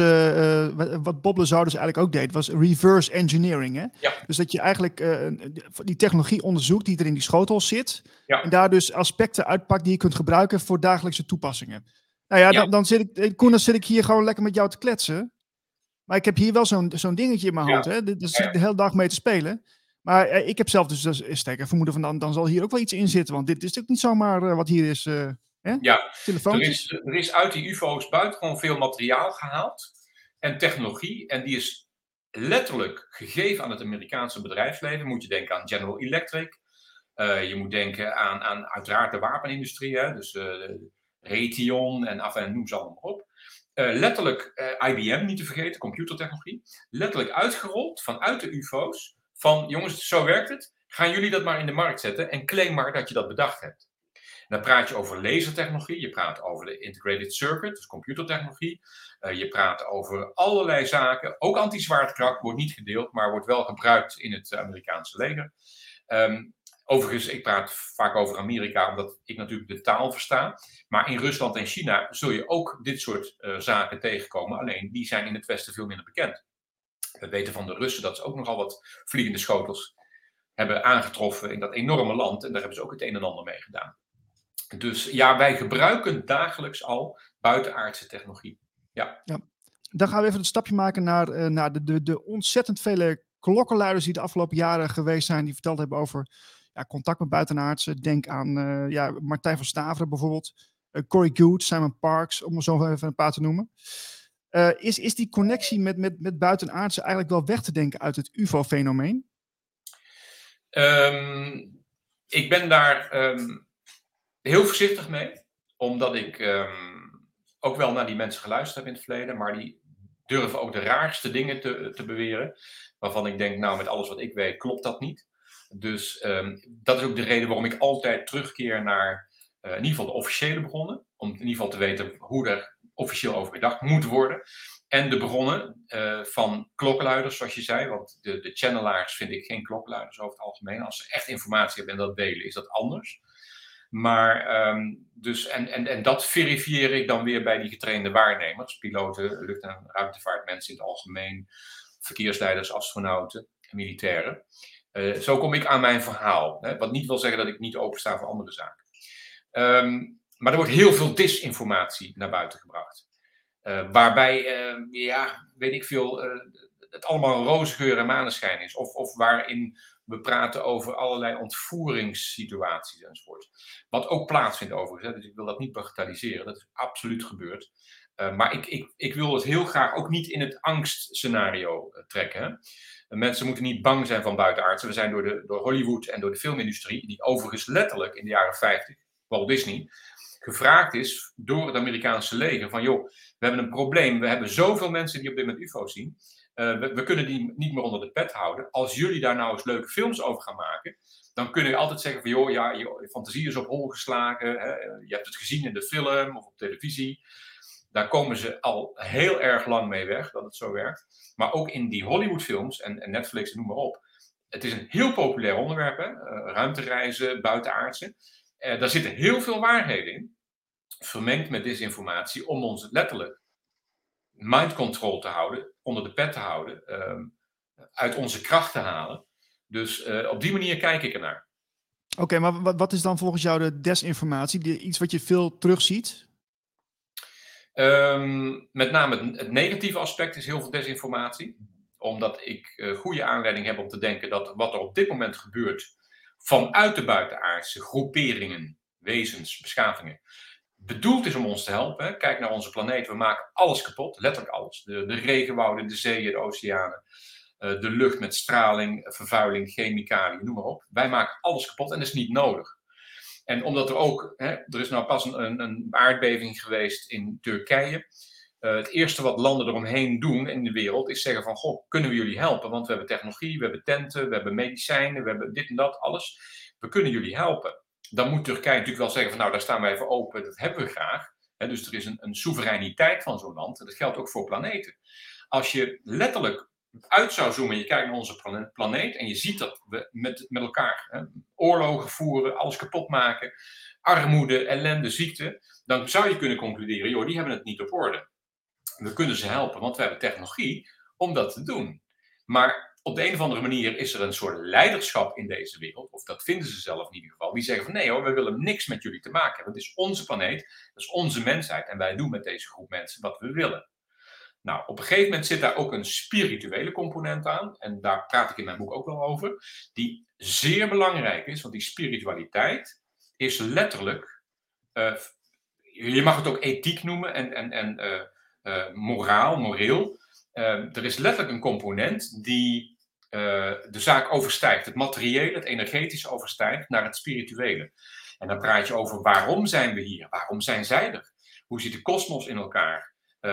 wat Bob Lazar dus eigenlijk ook deed, was reverse engineering. Hè? Ja. Dus dat je eigenlijk die technologie onderzoekt die er in die schotels zit. Ja. En daar dus aspecten uitpakt die je kunt gebruiken voor dagelijkse toepassingen. Nou ja, dan zit ik hier gewoon lekker met jou te kletsen. Maar ik heb hier wel zo'n dingetje in mijn hand. Hè? Daar zit ik de hele dag mee te spelen. Maar ik heb zelf dus sterk vermoeden van dan zal hier ook wel iets in zitten. Want dit is natuurlijk niet zomaar wat hier is. Ja, telefoontjes. er is uit die UFO's buitengewoon veel materiaal gehaald en technologie. En die is letterlijk gegeven aan het Amerikaanse bedrijfsleven. Moet je denken aan General Electric. Je moet denken aan uiteraard de wapenindustrie. Hè? Dus Raytheon en noem ze allemaal op. Letterlijk IBM, niet te vergeten, computertechnologie. Letterlijk uitgerold vanuit de UFO's. Van jongens, zo werkt het. Gaan jullie dat maar in de markt zetten en claim maar dat je dat bedacht hebt. En dan praat je over lasertechnologie, je praat over de integrated circuit, dus computertechnologie. Je praat over allerlei zaken. Ook anti-zwaartekracht wordt niet gedeeld, maar wordt wel gebruikt in het Amerikaanse leger. Overigens, ik praat vaak over Amerika, omdat ik natuurlijk de taal versta. Maar in Rusland en China zul je ook dit soort zaken tegenkomen. Alleen, die zijn in het Westen veel minder bekend. We weten van de Russen dat ze ook nogal wat vliegende schotels hebben aangetroffen in dat enorme land. En daar hebben ze ook het een en ander mee gedaan. Dus ja, wij gebruiken dagelijks al buitenaardse technologie. Ja. Dan gaan we even een stapje maken naar de ontzettend vele klokkenluiders die de afgelopen jaren geweest zijn. Die verteld hebben over contact met buitenaardsen. Denk aan Martijn van Staveren bijvoorbeeld. Corey Goode, Simon Parks, om er zo even een paar te noemen. Is die connectie met buitenaardsen eigenlijk wel weg te denken uit het UFO-fenomeen? Ik ben daar heel voorzichtig mee. Omdat ik ook wel naar die mensen geluisterd heb in het verleden. Maar die durven ook de raarste dingen te beweren. Waarvan ik denk, nou met alles wat ik weet klopt dat niet. Dus dat is ook de reden waarom ik altijd terugkeer naar in ieder geval de officiële bronnen. Om in ieder geval te weten hoe er officieel over gedacht moet worden. En de bronnen van klokkenluiders, zoals je zei. Want de channelaars vind ik geen klokkenluiders over het algemeen. Als ze echt informatie hebben en dat delen, is dat anders. Maar dus, en dat verifieer ik dan weer bij die getrainde waarnemers. Piloten, lucht- en ruimtevaartmensen in het algemeen. Verkeersleiders, astronauten, militairen. Zo kom ik aan mijn verhaal. Hè? Wat niet wil zeggen dat ik niet opensta voor andere zaken. Maar er wordt heel veel disinformatie naar buiten gebracht. Waarbij, weet ik veel, het allemaal roze geur en maneschijn is. Of waarin we praten over allerlei ontvoeringssituaties enzovoort. Wat ook plaatsvindt overigens. Hè? Dus ik wil dat niet bagatelliseren. Dat is absoluut gebeurd. Maar ik wil het heel graag ook niet in het angstscenario trekken. Hè? Mensen moeten niet bang zijn van buitenaardsen. We zijn door Hollywood en door de filmindustrie, die overigens letterlijk in de jaren 50, Walt Disney, gevraagd is door het Amerikaanse leger van joh, we hebben een probleem. We hebben zoveel mensen die op dit moment UFO's zien. We kunnen die niet meer onder de pet houden. Als jullie daar nou eens leuke films over gaan maken, dan kunnen je altijd zeggen van joh, ja, je fantasie is op hol geslagen. Hè? Je hebt het gezien in de film of op televisie. Daar komen ze al heel erg lang mee weg, dat het zo werkt. Maar ook in die Hollywoodfilms en Netflix, noem maar op. Het is een heel populair onderwerp, hè? Ruimtereizen, buitenaardse. Daar zitten heel veel waarheden in. Vermengd met disinformatie om ons letterlijk mind control te houden, onder de pet te houden, uit onze kracht te halen. Dus op die manier kijk ik ernaar. Oké, maar wat is dan volgens jou de desinformatie? Iets wat je veel terugziet? Met name het negatieve aspect is heel veel desinformatie. Omdat ik goede aanleiding heb om te denken dat wat er op dit moment gebeurt vanuit de buitenaardse groeperingen, wezens, beschavingen, bedoeld is om ons te helpen. Kijk naar onze planeet, we maken alles kapot, letterlijk alles. De regenwouden, de zeeën, de oceanen, de lucht met straling, vervuiling, chemicaliën, noem maar op. Wij maken alles kapot en dat is niet nodig. En omdat er ook, er is nou pas een aardbeving geweest in Turkije. Het eerste wat landen eromheen doen in de wereld is zeggen van, goh, kunnen we jullie helpen? Want we hebben technologie, we hebben tenten, we hebben medicijnen, we hebben dit en dat, alles. We kunnen jullie helpen. Dan moet Turkije natuurlijk wel zeggen van, nou, daar staan wij voor open, dat hebben we graag. Dus er is een soevereiniteit van zo'n land. En dat geldt ook voor planeten. Als je letterlijk uit zou zoomen en je kijkt naar onze planeet en je ziet dat we met elkaar oorlogen voeren, alles kapot maken, armoede, ellende, ziekte, dan zou je kunnen concluderen, joh, die hebben het niet op orde. We kunnen ze helpen, want we hebben technologie om dat te doen. Maar op de een of andere manier is er een soort leiderschap in deze wereld, of dat vinden ze zelf in ieder geval, die zeggen van nee hoor, we willen niks met jullie te maken hebben. Het is onze planeet, dat is onze mensheid en wij doen met deze groep mensen wat we willen. Nou, op een gegeven moment zit daar ook een spirituele component aan. En daar praat ik in mijn boek ook wel over. Die zeer belangrijk is, want die spiritualiteit is letterlijk... je mag het ook ethiek noemen en moreel. Er is letterlijk een component die de zaak overstijgt. Het materiële, het energetische overstijgt naar het spirituele. En dan praat je over waarom zijn we hier? Waarom zijn zij er? Hoe zit de kosmos in elkaar?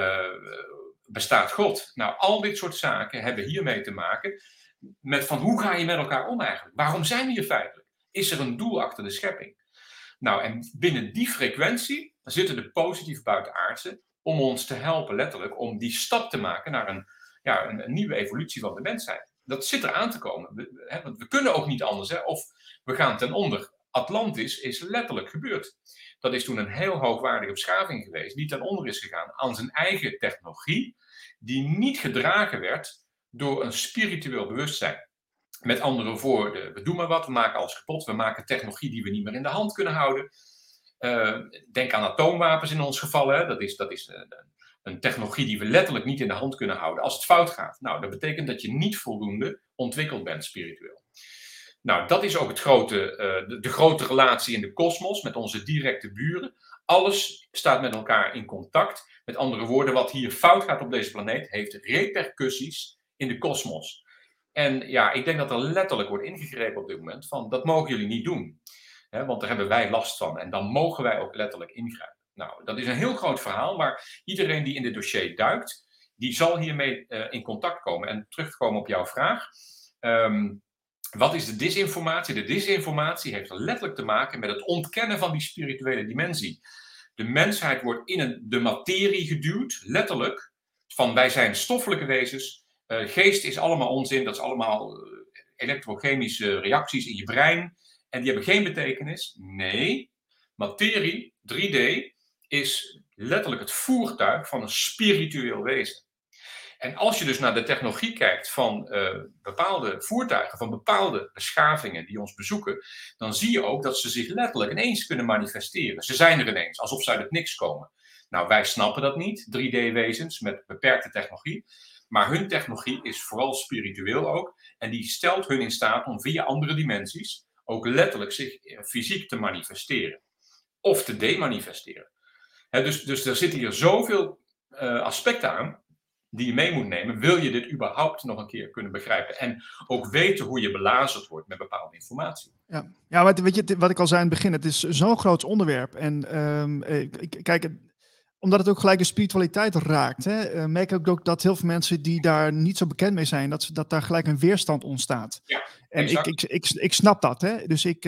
Bestaat God? Nou, al dit soort zaken hebben hiermee te maken met van hoe ga je met elkaar om eigenlijk? Waarom zijn we hier feitelijk? Is er een doel achter de schepping? Nou, en binnen die frequentie zitten de positieve buitenaardse om ons te helpen, letterlijk, om die stap te maken naar een nieuwe evolutie van de mensheid. Dat zit er aan te komen. Want we kunnen ook niet anders, of we gaan ten onder. Atlantis is letterlijk gebeurd. Dat is toen een heel hoogwaardige beschaving geweest, die ten onder is gegaan aan zijn eigen technologie, die niet gedragen werd door een spiritueel bewustzijn. Met andere woorden, we doen maar wat, we maken alles kapot, we maken technologie die we niet meer in de hand kunnen houden. Denk aan atoomwapens in ons geval, hè. Dat is een technologie die we letterlijk niet in de hand kunnen houden als het fout gaat. Nou, dat betekent dat je niet voldoende ontwikkeld bent spiritueel. Nou, dat is ook de grote relatie in de kosmos met onze directe buren. Alles staat met elkaar in contact. Met andere woorden, wat hier fout gaat op deze planeet, heeft repercussies in de kosmos. En ja, ik denk dat er letterlijk wordt ingegrepen op dit moment van, dat mogen jullie niet doen. Want daar hebben wij last van en dan mogen wij ook letterlijk ingrijpen. Nou, dat is een heel groot verhaal, maar iedereen die in dit dossier duikt, die zal hiermee in contact komen. En terug te komen op jouw vraag. Wat is de disinformatie? De disinformatie heeft letterlijk te maken met het ontkennen van die spirituele dimensie. De mensheid wordt in de materie geduwd, letterlijk, van wij zijn stoffelijke wezens. Geest is allemaal onzin, dat is allemaal elektrochemische reacties in je brein. En die hebben geen betekenis. Nee, materie, 3D, is letterlijk het voertuig van een spiritueel wezen. En als je dus naar de technologie kijkt van bepaalde voertuigen, van bepaalde beschavingen die ons bezoeken, dan zie je ook dat ze zich letterlijk ineens kunnen manifesteren. Ze zijn er ineens, alsof ze uit het niks komen. Nou, wij snappen dat niet, 3D-wezens met beperkte technologie. Maar hun technologie is vooral spiritueel ook. En die stelt hun in staat om via andere dimensies ook letterlijk zich fysiek te manifesteren. Of te demanifesteren. Dus er zitten hier zoveel aspecten aan die je mee moet nemen, wil je dit überhaupt nog een keer kunnen begrijpen. En ook weten hoe je belazerd wordt met bepaalde informatie. Ja, weet je, wat ik al zei in het begin, het is zo'n groot onderwerp. En kijk, omdat het ook gelijk de spiritualiteit raakt, merk ik ook dat heel veel mensen die daar niet zo bekend mee zijn, dat daar gelijk een weerstand ontstaat. Ja, en ik snap dat. Dus ik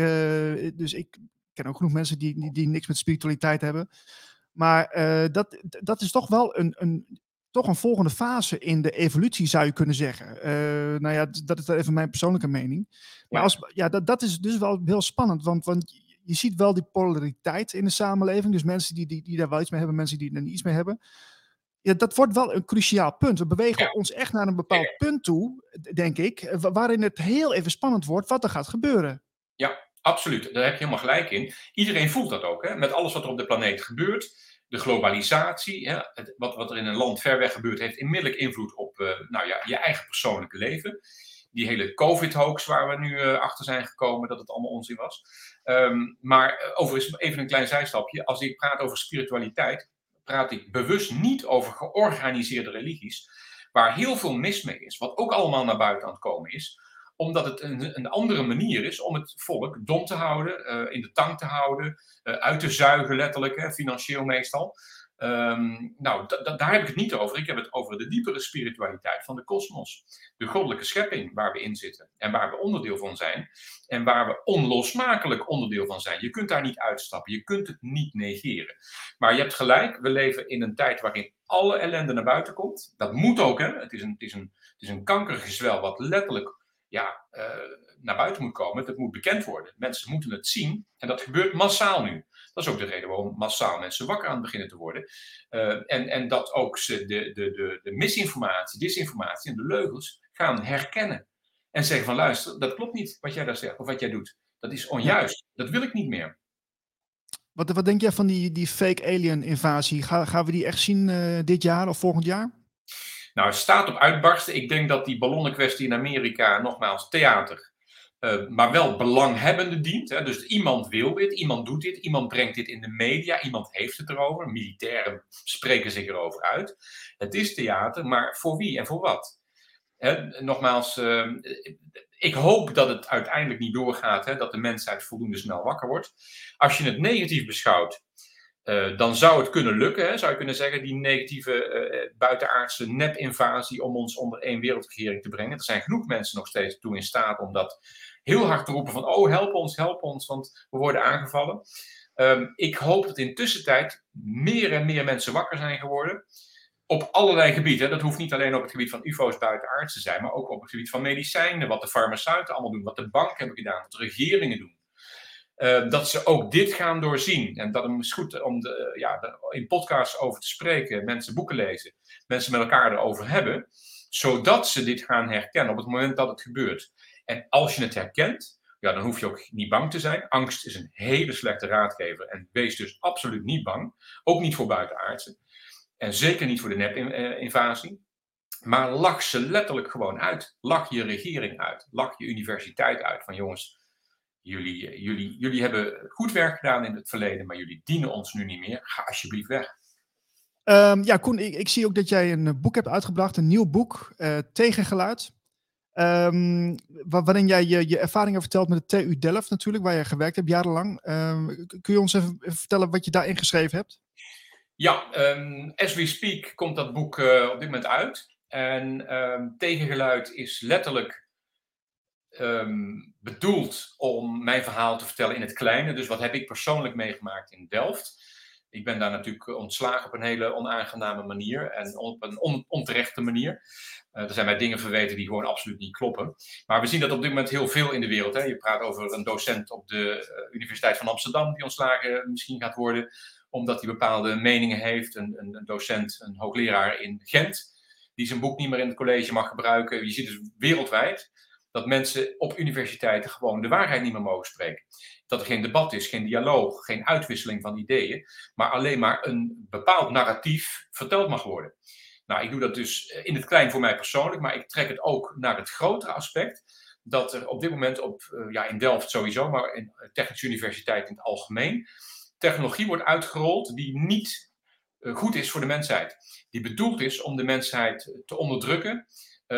ken ook genoeg mensen die niks met spiritualiteit hebben. Maar dat is toch wel toch een volgende fase in de evolutie, zou je kunnen zeggen. Nou ja, dat is even mijn persoonlijke mening. Maar dat is dus wel heel spannend, want je ziet wel die polariteit in de samenleving. Dus mensen die daar wel iets mee hebben, mensen die er niet iets mee hebben. Ja, dat wordt wel een cruciaal punt. We bewegen ons echt naar een bepaald punt toe, denk ik, waarin het heel even spannend wordt wat er gaat gebeuren. Ja, absoluut. Daar heb je helemaal gelijk in. Iedereen voelt dat ook, hè? Met alles wat er op de planeet gebeurt. De globalisatie, wat er in een land ver weg gebeurt, heeft onmiddellijk invloed op je eigen persoonlijke leven. Die hele COVID-hoax waar we nu achter zijn gekomen dat het allemaal onzin was. Maar overigens even een klein zijstapje. Als ik praat over spiritualiteit, praat ik bewust niet over georganiseerde religies, waar heel veel mis mee is, wat ook allemaal naar buiten aan het komen is, omdat het een andere manier is om het volk dom te houden, in de tang te houden, uit te zuigen letterlijk, financieel meestal. Daar heb ik het niet over. Ik heb het over de diepere spiritualiteit van de kosmos. De goddelijke schepping waar we in zitten en waar we onderdeel van zijn en waar we onlosmakelijk onderdeel van zijn. Je kunt daar niet uitstappen, je kunt het niet negeren. Maar je hebt gelijk, we leven in een tijd waarin alle ellende naar buiten komt. Dat moet ook, hè. Het is een kankergezwel wat letterlijk naar buiten moet komen. Het moet bekend worden. Mensen moeten het zien en dat gebeurt massaal nu. Dat is ook de reden waarom massaal mensen wakker aan het beginnen te worden. En dat ook ze de misinformatie, disinformatie en de leugens gaan herkennen. En zeggen van luister, dat klopt niet wat jij daar zegt of wat jij doet. Dat is onjuist. Dat wil ik niet meer. Wat denk jij van die fake alien invasie? Gaan we die echt zien dit jaar of volgend jaar? Nou, het staat op uitbarsten. Ik denk dat die ballonnenkwestie in Amerika, nogmaals, theater, maar wel belanghebbende dient. Hè? Dus iemand wil dit, iemand doet dit, iemand brengt dit in de media, iemand heeft het erover. Militairen spreken zich erover uit. Het is theater, maar voor wie en voor wat? Hè? Nogmaals, ik hoop dat het uiteindelijk niet doorgaat, hè? Dat de mensheid voldoende snel wakker wordt. Als je het negatief beschouwt, dan zou het kunnen lukken, hè, zou je kunnen zeggen, die negatieve buitenaardse nepinvasie om ons onder één wereldregering te brengen. Er zijn genoeg mensen nog steeds toe in staat om dat heel hard te roepen van, oh help ons, want we worden aangevallen. Ik hoop dat in tussentijd meer en meer mensen wakker zijn geworden. Op allerlei gebieden. Dat hoeft niet alleen op het gebied van UFO's buitenaards te zijn, maar ook op het gebied van medicijnen, wat de farmaceuten allemaal doen, wat de banken hebben gedaan, wat de regeringen doen. Dat ze ook dit gaan doorzien. En dat het is goed om in podcasts over te spreken, mensen boeken lezen, mensen met elkaar erover hebben, zodat ze dit gaan herkennen op het moment dat het gebeurt. En als je het herkent, dan hoef je ook niet bang te zijn. Angst is een hele slechte raadgever en wees dus absoluut niet bang. Ook niet voor buitenaardsen. En zeker niet voor de nepinvasie. Maar lach ze letterlijk gewoon uit. Lach je regering uit. Lach je universiteit uit. Van jongens, jullie hebben goed werk gedaan in het verleden, maar jullie dienen ons nu niet meer. Ga alsjeblieft weg. Koen, ik zie ook dat jij een boek hebt uitgebracht, een nieuw boek, Tegengeluid. Waarin jij je ervaringen vertelt met de TU Delft natuurlijk, waar je gewerkt hebt jarenlang. Kun je ons even vertellen wat je daarin geschreven hebt? Ja, as we speak komt dat boek op dit moment uit. En Tegengeluid is letterlijk bedoeld om mijn verhaal te vertellen in het kleine. Dus wat heb ik persoonlijk meegemaakt in Delft? Ik ben daar natuurlijk ontslagen op een hele onaangename manier en op een onterechte manier. Er zijn mij dingen verweten die gewoon absoluut niet kloppen. Maar we zien dat op dit moment heel veel in de wereld. Hè. Je praat over een docent op de Universiteit van Amsterdam die ontslagen misschien gaat worden, omdat hij bepaalde meningen heeft. Een docent, een hoogleraar in Gent, die zijn boek niet meer in het college mag gebruiken. Je ziet dus wereldwijd dat mensen op universiteiten gewoon de waarheid niet meer mogen spreken. Dat er geen debat is, geen dialoog, geen uitwisseling van ideeën, maar alleen maar een bepaald narratief verteld mag worden. Nou, ik doe dat dus in het klein voor mij persoonlijk, maar ik trek het ook naar het grotere aspect, dat er op dit moment in Delft sowieso, maar in Technische Universiteit in het algemeen, technologie wordt uitgerold die niet goed is voor de mensheid. Die bedoeld is om de mensheid te onderdrukken,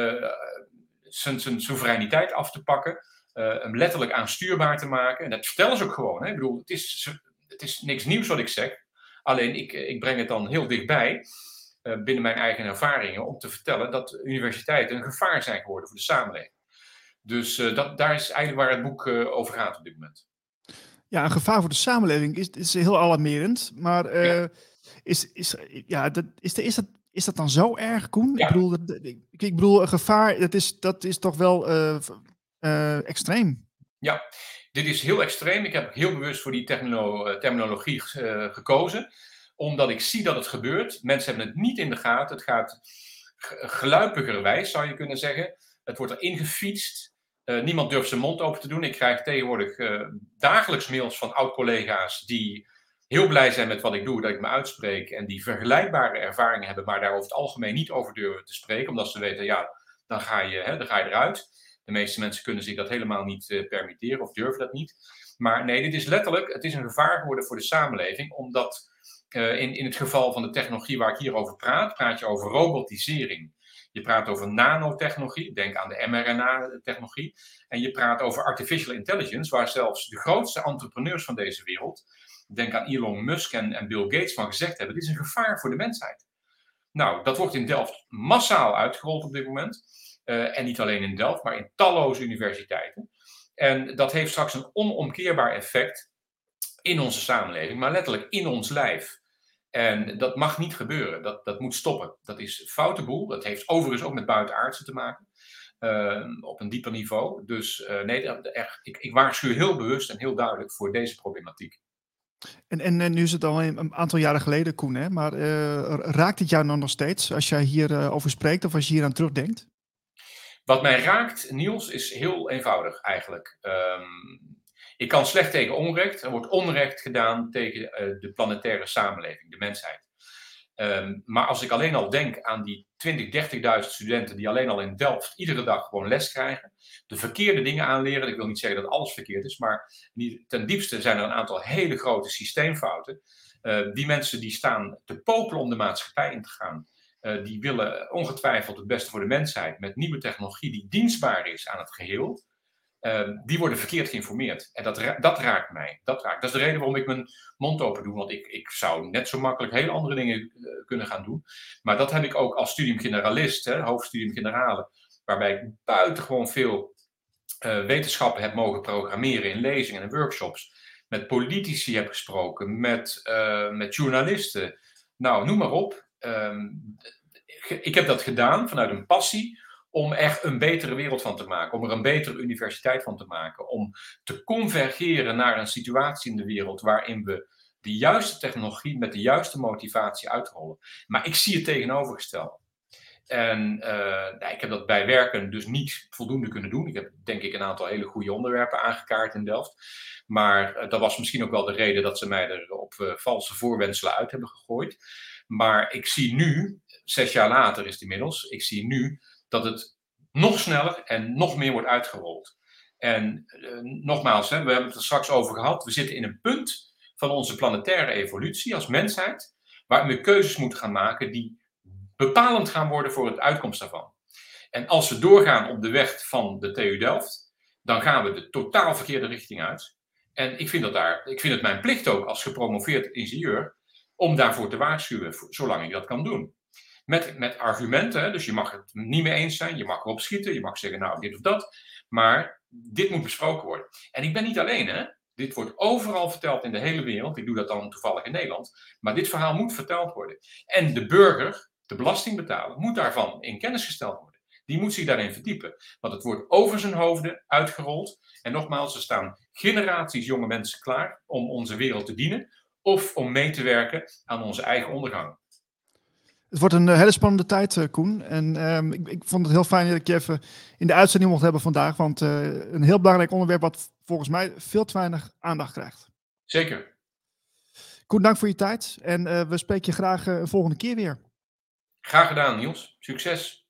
zijn soevereiniteit af te pakken, hem letterlijk aanstuurbaar te maken. En dat vertellen ze ook gewoon. Hè? Ik bedoel, het is niks nieuws wat ik zeg. Alleen ik breng het dan heel dichtbij, binnen mijn eigen ervaringen, om te vertellen dat universiteiten een gevaar zijn geworden voor de samenleving. Dus daar is eigenlijk waar het boek over gaat op dit moment. Ja, een gevaar voor de samenleving is heel alarmerend. Maar is dat dan zo erg, Koen? Ja. Ik bedoel, een gevaar, dat is toch wel extreem. Ja, dit is heel extreem. Ik heb heel bewust voor die terminologie gekozen, omdat ik zie dat het gebeurt. Mensen hebben het niet in de gaten. Het gaat gluipigerwijs, zou je kunnen zeggen. Het wordt erin gefietst. Niemand durft zijn mond open te doen. Ik krijg tegenwoordig dagelijks mails van oud-collega's die heel blij zijn met wat ik doe, dat ik me uitspreek en die vergelijkbare ervaringen hebben, maar daar over het algemeen niet over durven te spreken, omdat ze weten, ja, dan ga je eruit. De meeste mensen kunnen zich dat helemaal niet permitteren of durven dat niet. Maar nee, dit is letterlijk, het is een gevaar geworden voor de samenleving, omdat in het geval van de technologie waar ik hier over praat je over robotisering. Je praat over nanotechnologie, denk aan de mRNA-technologie. En je praat over artificial intelligence, waar zelfs de grootste entrepreneurs van deze wereld, denk aan Elon Musk en Bill Gates, van gezegd hebben, dit is een gevaar voor de mensheid. Nou, dat wordt in Delft massaal uitgerold op dit moment. En niet alleen in Delft, maar in talloze universiteiten. En dat heeft straks een onomkeerbaar effect in onze samenleving, maar letterlijk in ons lijf. En dat mag niet gebeuren. Dat moet stoppen. Dat is foute boel. Dat heeft overigens ook met buitenaardse te maken. Op een dieper niveau. Dus nee, ik waarschuw heel bewust en heel duidelijk voor deze problematiek. En nu is het al een aantal jaren geleden, Koen, hè? Maar raakt het jou nog steeds als jij hier over spreekt of als je hier aan terugdenkt? Wat mij raakt, Niels, is heel eenvoudig eigenlijk. Ik kan slecht tegen onrecht. Er wordt onrecht gedaan tegen de planetaire samenleving, de mensheid. Maar als ik alleen al denk aan die 20.000, 30.000 studenten die alleen al in Delft iedere dag gewoon les krijgen, de verkeerde dingen aanleren. Ik wil niet zeggen dat alles verkeerd is, maar ten diepste zijn er een aantal hele grote systeemfouten. Die mensen die staan te popelen om de maatschappij in te gaan. Die willen ongetwijfeld het beste voor de mensheid met nieuwe technologie die dienstbaar is aan het geheel. Die worden verkeerd geïnformeerd. En dat raakt mij. Dat is de reden waarom ik mijn mond open doe. Want ik zou net zo makkelijk hele andere dingen kunnen gaan doen. Maar dat heb ik ook als studium generalist, hoofdstudium generale. Waarbij ik buitengewoon veel wetenschappen heb mogen programmeren in lezingen en workshops. Met politici heb gesproken, met journalisten. Nou, noem maar op. Ik heb dat gedaan vanuit een passie om er een betere wereld van te maken, om er een betere universiteit van te maken, om te convergeren naar een situatie in de wereld waarin we de juiste technologie met de juiste motivatie uitrollen. Maar ik zie het tegenovergestelde. En ik heb dat bij werken dus niet voldoende kunnen doen. Ik heb denk ik een aantal hele goede onderwerpen aangekaart in Delft. Maar dat was misschien ook wel de reden dat ze mij er op valse voorwendselen uit hebben gegooid. Maar ik zie nu, 6 jaar later is het inmiddels, ik zie nu dat het nog sneller en nog meer wordt uitgerold. En nogmaals, we hebben het er straks over gehad. We zitten in een punt van onze planetaire evolutie als mensheid, waar we keuzes moeten gaan maken die bepalend gaan worden voor het uitkomst daarvan. En als we doorgaan op de weg van de TU Delft, dan gaan we de totaal verkeerde richting uit. En ik vind het mijn plicht ook als gepromoveerd ingenieur om daarvoor te waarschuwen, zolang ik dat kan doen. Met argumenten, dus je mag het niet mee eens zijn, je mag erop schieten, je mag zeggen nou dit of dat, maar dit moet besproken worden. En ik ben niet alleen, hè. Dit wordt overal verteld in de hele wereld, ik doe dat dan toevallig in Nederland, maar dit verhaal moet verteld worden. En de burger, de belastingbetaler, moet daarvan in kennis gesteld worden. Die moet zich daarin verdiepen, want het wordt over zijn hoofden uitgerold. En nogmaals, er staan generaties jonge mensen klaar om onze wereld te dienen of om mee te werken aan onze eigen ondergang. Het wordt een hele spannende tijd, Koen. En ik vond het heel fijn dat ik je even in de uitzending mocht hebben vandaag. Want een heel belangrijk onderwerp wat volgens mij veel te weinig aandacht krijgt. Zeker. Koen, dank voor je tijd. En we spreken je graag een volgende keer weer. Graag gedaan, Niels. Succes.